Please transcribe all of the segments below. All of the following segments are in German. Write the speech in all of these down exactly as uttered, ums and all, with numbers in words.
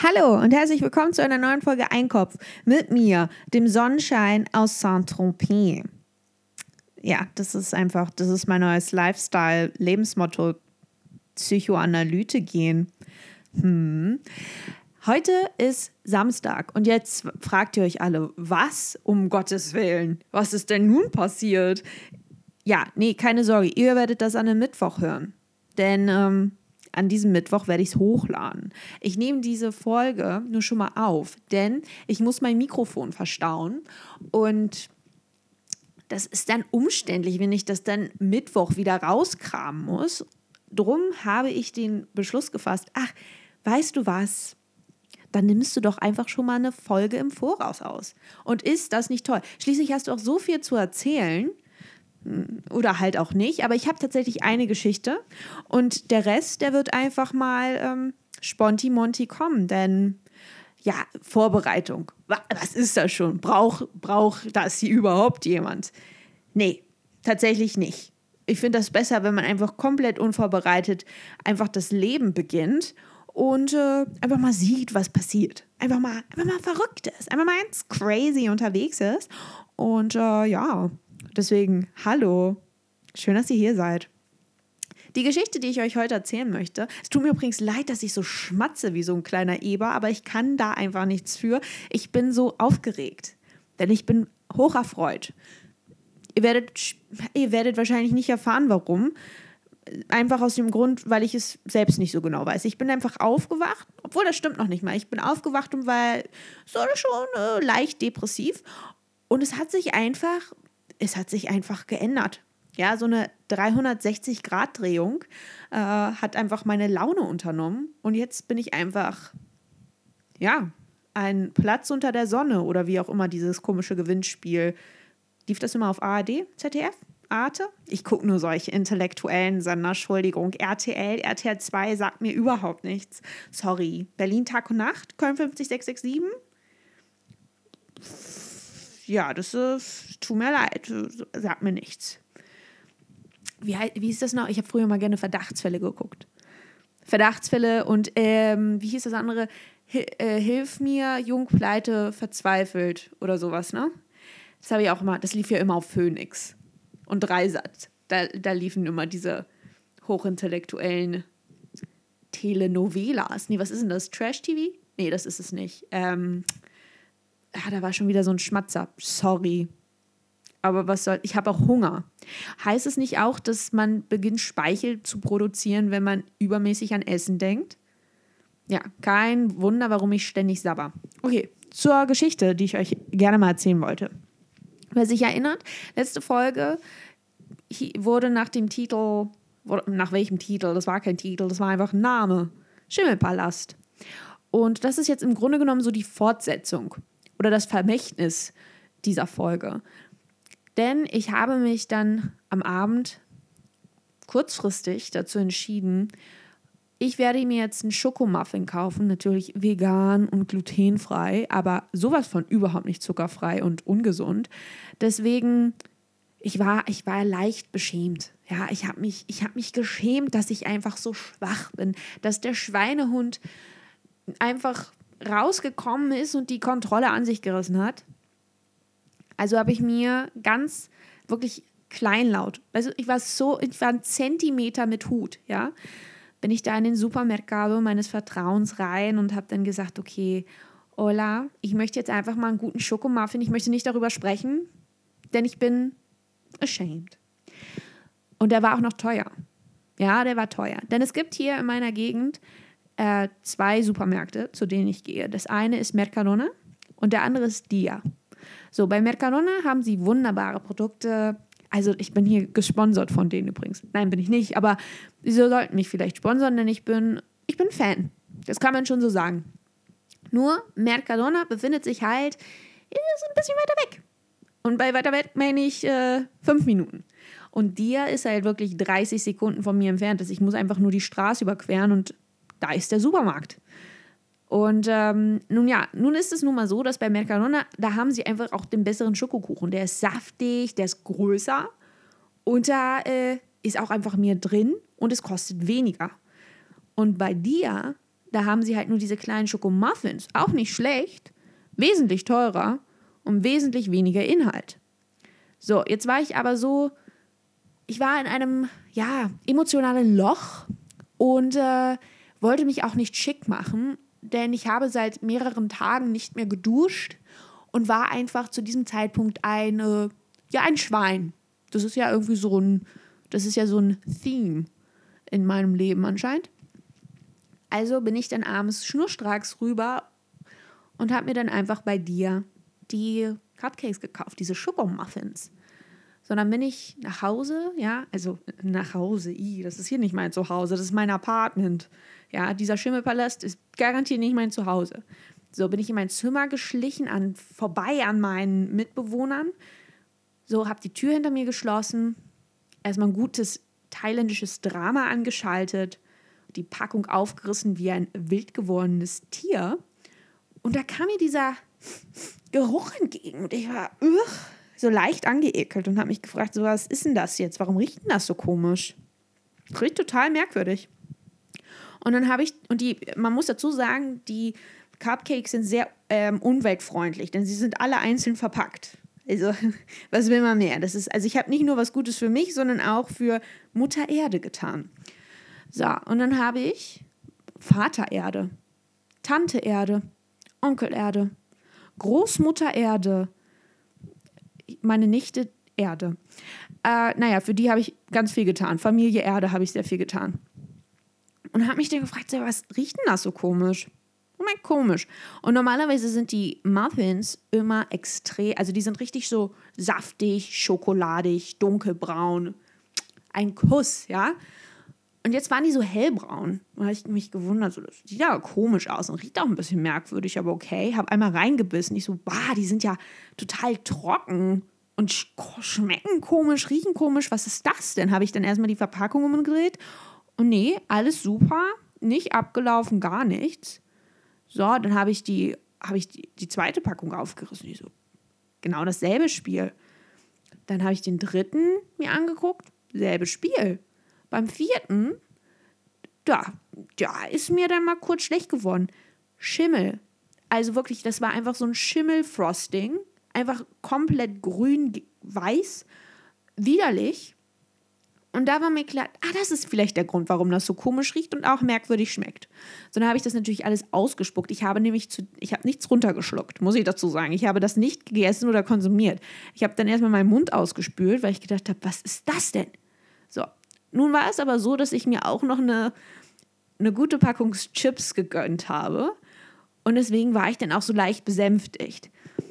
Hallo und herzlich willkommen zu einer neuen Folge Einkopf mit mir, dem Sonnenschein aus Saint-Tropez. Ja, das ist einfach, das ist mein neues Lifestyle, Lebensmotto, Psychoanalyse gehen. Hm. Heute ist Samstag und jetzt fragt ihr euch alle, was um Gottes Willen, was ist denn nun passiert? Ja, nee, keine Sorge, ihr werdet das an einem Mittwoch hören, denn ähm, an diesem Mittwoch werde ich es hochladen. Ich nehme diese Folge nur schon mal auf, denn ich muss mein Mikrofon verstauen und das ist dann umständlich, wenn ich das dann Mittwoch wieder rauskramen muss. Drum habe ich den Beschluss gefasst, ach, weißt du was? Dann nimmst du doch einfach schon mal eine Folge im Voraus aus. Und ist das nicht toll? Schließlich hast du auch so viel zu erzählen. Oder halt auch nicht, aber ich habe tatsächlich eine Geschichte und der Rest, der wird einfach mal ähm, Sponti-Monti kommen, denn ja, Vorbereitung, was ist das schon? Braucht brauch das hier überhaupt jemand? Nee, tatsächlich nicht. Ich finde das besser, wenn man einfach komplett unvorbereitet einfach das Leben beginnt und äh, einfach mal sieht, was passiert. Einfach mal, einfach mal verrückt ist, einfach mal ganz crazy unterwegs ist und äh, ja, deswegen, hallo, schön, dass ihr hier seid. Die Geschichte, die ich euch heute erzählen möchte, es tut mir übrigens leid, dass ich so schmatze wie so ein kleiner Eber, aber ich kann da einfach nichts für. Ich bin so aufgeregt, denn ich bin hocherfreut. Ihr werdet, ihr werdet wahrscheinlich nicht erfahren, warum. Einfach aus dem Grund, weil ich es selbst nicht so genau weiß. Ich bin einfach aufgewacht, obwohl das stimmt noch nicht mal. Ich bin aufgewacht und war so schon äh, leicht depressiv. Und es hat sich einfach, es hat sich einfach geändert. Ja, so eine dreihundertsechzig-Grad-Drehung äh, hat einfach meine Laune unternommen. Und jetzt bin ich einfach, ja, ein Platz unter der Sonne oder wie auch immer dieses komische Gewinnspiel. Lief das immer auf A R D, Z D F, Arte? Ich gucke nur solche intellektuellen Sender, Entschuldigung. R T L, R T L zwei sagt mir überhaupt nichts. Sorry. Berlin Tag und Nacht, Köln fünf sechs sechs sieben. Ja, das ist, tut mir leid, sagt mir nichts. Wie, wie ist das noch? Ich habe früher mal gerne Verdachtsfälle geguckt. Verdachtsfälle und ähm, wie hieß das andere? H- äh, Hilf mir, Jung, Pleite, verzweifelt oder sowas, ne? Das habe ich auch immer, das lief ja immer auf Phoenix. Und Dreisat, da, da liefen immer diese hochintellektuellen Telenovelas. Nee, was ist denn das? Trash-T V? Nee, das ist es nicht. Ähm, ja, da war schon wieder so ein Schmatzer. Sorry. Aber was soll, ich habe auch Hunger. Heißt es nicht auch, dass man beginnt, Speichel zu produzieren, wenn man übermäßig an Essen denkt? Ja, kein Wunder, warum ich ständig sabber. Okay, zur Geschichte, die ich euch gerne mal erzählen wollte. Wer sich erinnert, letzte Folge wurde nach dem Titel, nach welchem Titel? Das war kein Titel, das war einfach ein Name. Schimmelpalast. Und das ist jetzt im Grunde genommen so die Fortsetzung oder das Vermächtnis dieser Folge. Denn ich habe mich dann am Abend kurzfristig dazu entschieden, ich werde mir jetzt einen Schokomuffin kaufen, natürlich vegan und glutenfrei, aber sowas von überhaupt nicht zuckerfrei und ungesund. Deswegen, ich war, ich war leicht beschämt. Ja, ich habe mich, ich habe mich geschämt, dass ich einfach so schwach bin, dass der Schweinehund einfach rausgekommen ist und die Kontrolle an sich gerissen hat. Also habe ich mir ganz, wirklich kleinlaut, also ich war so, ich war ein Zentimeter mit Hut, ja, bin ich da in den Supermercado meines Vertrauens rein und habe dann gesagt, okay, Ola, ich möchte jetzt einfach mal einen guten Schokomuffin, ich möchte nicht darüber sprechen, denn ich bin ashamed. Und der war auch noch teuer. Ja, der war teuer. Denn es gibt hier in meiner Gegend äh, zwei Supermärkte, zu denen ich gehe. Das eine ist Mercadona und der andere ist Dia. So, bei Mercadona haben sie wunderbare Produkte. Also ich bin hier gesponsert von denen übrigens. Nein, bin ich nicht, aber sie sollten mich vielleicht sponsern, denn ich bin, ich bin Fan. Das kann man schon so sagen. Nur Mercadona befindet sich halt ist ein bisschen weiter weg. Und bei weiter weg meine ich äh, fünf Minuten. Und Dia ist halt wirklich dreißig Sekunden von mir entfernt. Also ich muss einfach nur die Straße überqueren und da ist der Supermarkt. Und ähm, nun ja, nun ist es nun mal so, dass bei Mercadona, da haben sie einfach auch den besseren Schokokuchen. Der ist saftig, der ist größer und da äh, ist auch einfach mehr drin und es kostet weniger. Und bei Dia Da haben sie halt nur diese kleinen Schokomuffins. Auch nicht schlecht, wesentlich teurer und wesentlich weniger Inhalt. So, jetzt war ich aber so, ich war in einem, ja, emotionalen Loch und äh, wollte mich auch nicht schick machen, denn ich habe seit mehreren Tagen nicht mehr geduscht und war einfach zu diesem Zeitpunkt eine, ja, ein Schwein. Das ist ja irgendwie so ein, das ist ja so ein Theme in meinem Leben anscheinend. Also bin ich dann abends schnurstracks rüber und habe mir dann einfach bei dir die Cupcakes gekauft, diese Schokomuffins. So, dann bin ich nach Hause, ja, also nach Hause, i, das ist hier nicht mein Zuhause, das ist mein Apartment. Ja, dieser Schimmelpalast ist garantiert nicht mein Zuhause. So, bin ich in mein Zimmer geschlichen, an, vorbei an meinen Mitbewohnern. So, habe die Tür hinter mir geschlossen, erstmal ein gutes thailändisches Drama angeschaltet, die Packung aufgerissen wie ein wild gewordenes Tier. Und da kam mir dieser Geruch entgegen und ich war ugh, so leicht angeekelt und habe mich gefragt, so, was ist denn das jetzt? Warum riecht denn das so komisch? Riecht total merkwürdig. Und dann habe ich, und die, man muss dazu sagen, die Cupcakes sind sehr ähm, umweltfreundlich, denn sie sind alle einzeln verpackt. Also, was will man mehr? Das ist, also ich habe nicht nur was Gutes für mich, sondern auch für Mutter Erde getan. So, und dann habe ich Vater Erde, Tante Erde, Onkel Erde, Großmutter Erde, meine Nichte Erde. Äh, naja, für die habe ich ganz viel getan. Familie Erde habe ich sehr viel getan. Und habe mich dann gefragt, was riecht denn das so komisch? Moment, komisch. Und normalerweise sind die Muffins immer extrem, also die sind richtig so saftig, schokoladig, dunkelbraun. Ein Kuss, ja. Und jetzt waren die so hellbraun. Und da habe ich mich gewundert, so, das sieht ja komisch aus und riecht auch ein bisschen merkwürdig, aber okay. Habe einmal reingebissen. Ich so, bah, die sind ja total trocken und sch- schmecken komisch, riechen komisch. Was ist das denn? Habe ich dann erstmal die Verpackung umgedreht. Und nee, alles super, nicht abgelaufen, gar nichts. So, dann habe ich die, habe ich die, die zweite Packung aufgerissen. Ich so, genau dasselbe Spiel. Dann habe ich den dritten mir angeguckt, selbes Spiel. Beim vierten, da, da ist mir dann mal kurz schlecht geworden. Schimmel. Also wirklich, das war einfach so ein Schimmel-Frosting. Einfach komplett grün-weiß. Widerlich. Und da war mir klar, ah, das ist vielleicht der Grund, warum das so komisch riecht und auch merkwürdig schmeckt. So, dann habe ich das natürlich alles ausgespuckt. Ich habe nämlich, zu, ich habe nichts runtergeschluckt, muss ich dazu sagen. Ich habe das nicht gegessen oder konsumiert. Ich habe dann erstmal meinen Mund ausgespült, weil ich gedacht habe, was ist das denn? So, nun war es aber so, dass ich mir auch noch eine, eine gute Packung Chips gegönnt habe. Und deswegen war ich dann auch so leicht besänftigt.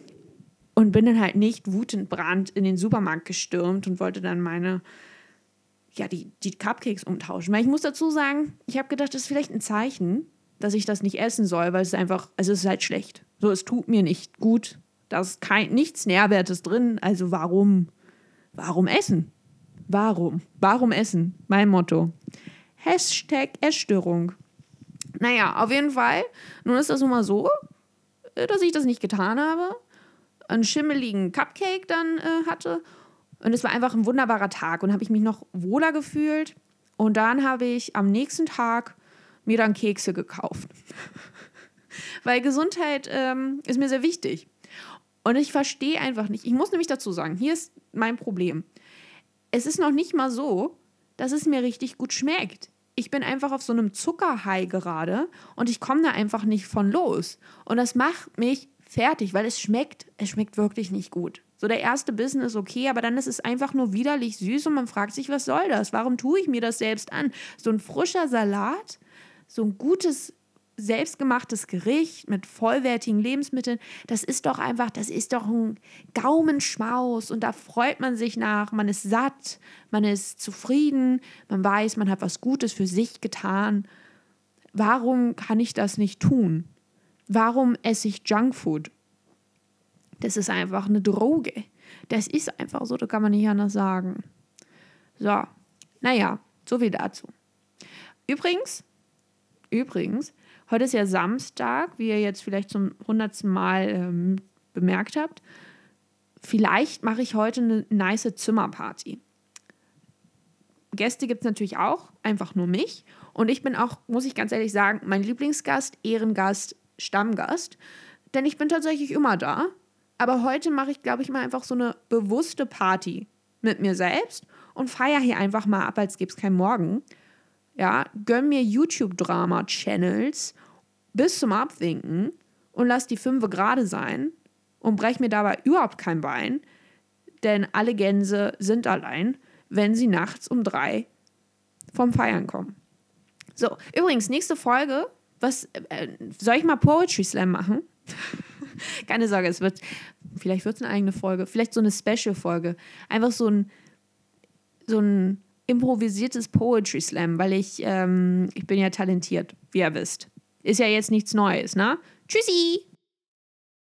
Und bin dann halt nicht wutend brand in den Supermarkt gestürmt und wollte dann meine... ja, die, die Cupcakes umtauschen. Weil ich muss dazu sagen, ich habe gedacht, das ist vielleicht ein Zeichen, dass ich das nicht essen soll, weil es einfach, also es ist halt schlecht. So, es tut mir nicht gut. Da ist kein, nichts Nährwertes drin. Also warum, warum essen? Warum? Warum essen? Mein Motto. Hashtag Essstörung. Naja, auf jeden Fall. Nun ist das nun mal so, dass ich das nicht getan habe. Einen schimmeligen Cupcake dann äh, hatte. Und es war einfach ein wunderbarer Tag und habe ich mich noch wohler gefühlt. Und dann habe ich am nächsten Tag mir dann Kekse gekauft. Weil Gesundheit ähm, ist mir sehr wichtig. Und ich verstehe einfach nicht. Ich muss nämlich dazu sagen, hier ist mein Problem. Es ist noch nicht mal so, dass es mir richtig gut schmeckt. Ich bin einfach auf so einem Zuckerhigh gerade und ich komme da einfach nicht von los. Und das macht mich fertig, weil es schmeckt, es schmeckt wirklich nicht gut. So, der erste Bissen ist okay, aber dann ist es einfach nur widerlich süß und man fragt sich, was soll das? Warum tue ich mir das selbst an? So ein frischer Salat, so ein gutes, selbstgemachtes Gericht mit vollwertigen Lebensmitteln, das ist doch einfach, das ist doch ein Gaumenschmaus und da freut man sich nach, man ist satt, man ist zufrieden, man weiß, man hat was Gutes für sich getan. Warum kann ich das nicht tun? Warum esse ich Junkfood? Das ist einfach eine Droge. Das ist einfach so, da kann man nicht anders sagen. So, naja, so viel dazu. Übrigens, übrigens, heute ist ja Samstag, wie ihr jetzt vielleicht zum hundertsten Mal ähm, bemerkt habt. Vielleicht mache ich heute eine nice Zimmerparty. Gäste gibt es natürlich auch, einfach nur mich. Und ich bin auch, muss ich ganz ehrlich sagen, mein Lieblingsgast, Ehrengast, Stammgast. Denn ich bin tatsächlich immer da. Aber heute mache ich, glaube ich, mal einfach so eine bewusste Party mit mir selbst und feiere hier einfach mal ab, als gäbe es kein Morgen. Ja, gönn mir YouTube-Drama-Channels bis zum Abwinken und lass die Fünfe gerade sein und brech mir dabei überhaupt kein Bein, denn alle Gänse sind allein, wenn sie nachts um drei vom Feiern kommen. So, übrigens, nächste Folge, was, äh, soll ich mal Poetry Slam machen? Keine Sorge, es wird, vielleicht wird es eine eigene Folge, vielleicht so eine Special-Folge. Einfach so ein, so ein improvisiertes Poetry Slam, weil ich, ähm, ich bin ja talentiert, wie ihr wisst. Ist ja jetzt nichts Neues, ne? Tschüssi!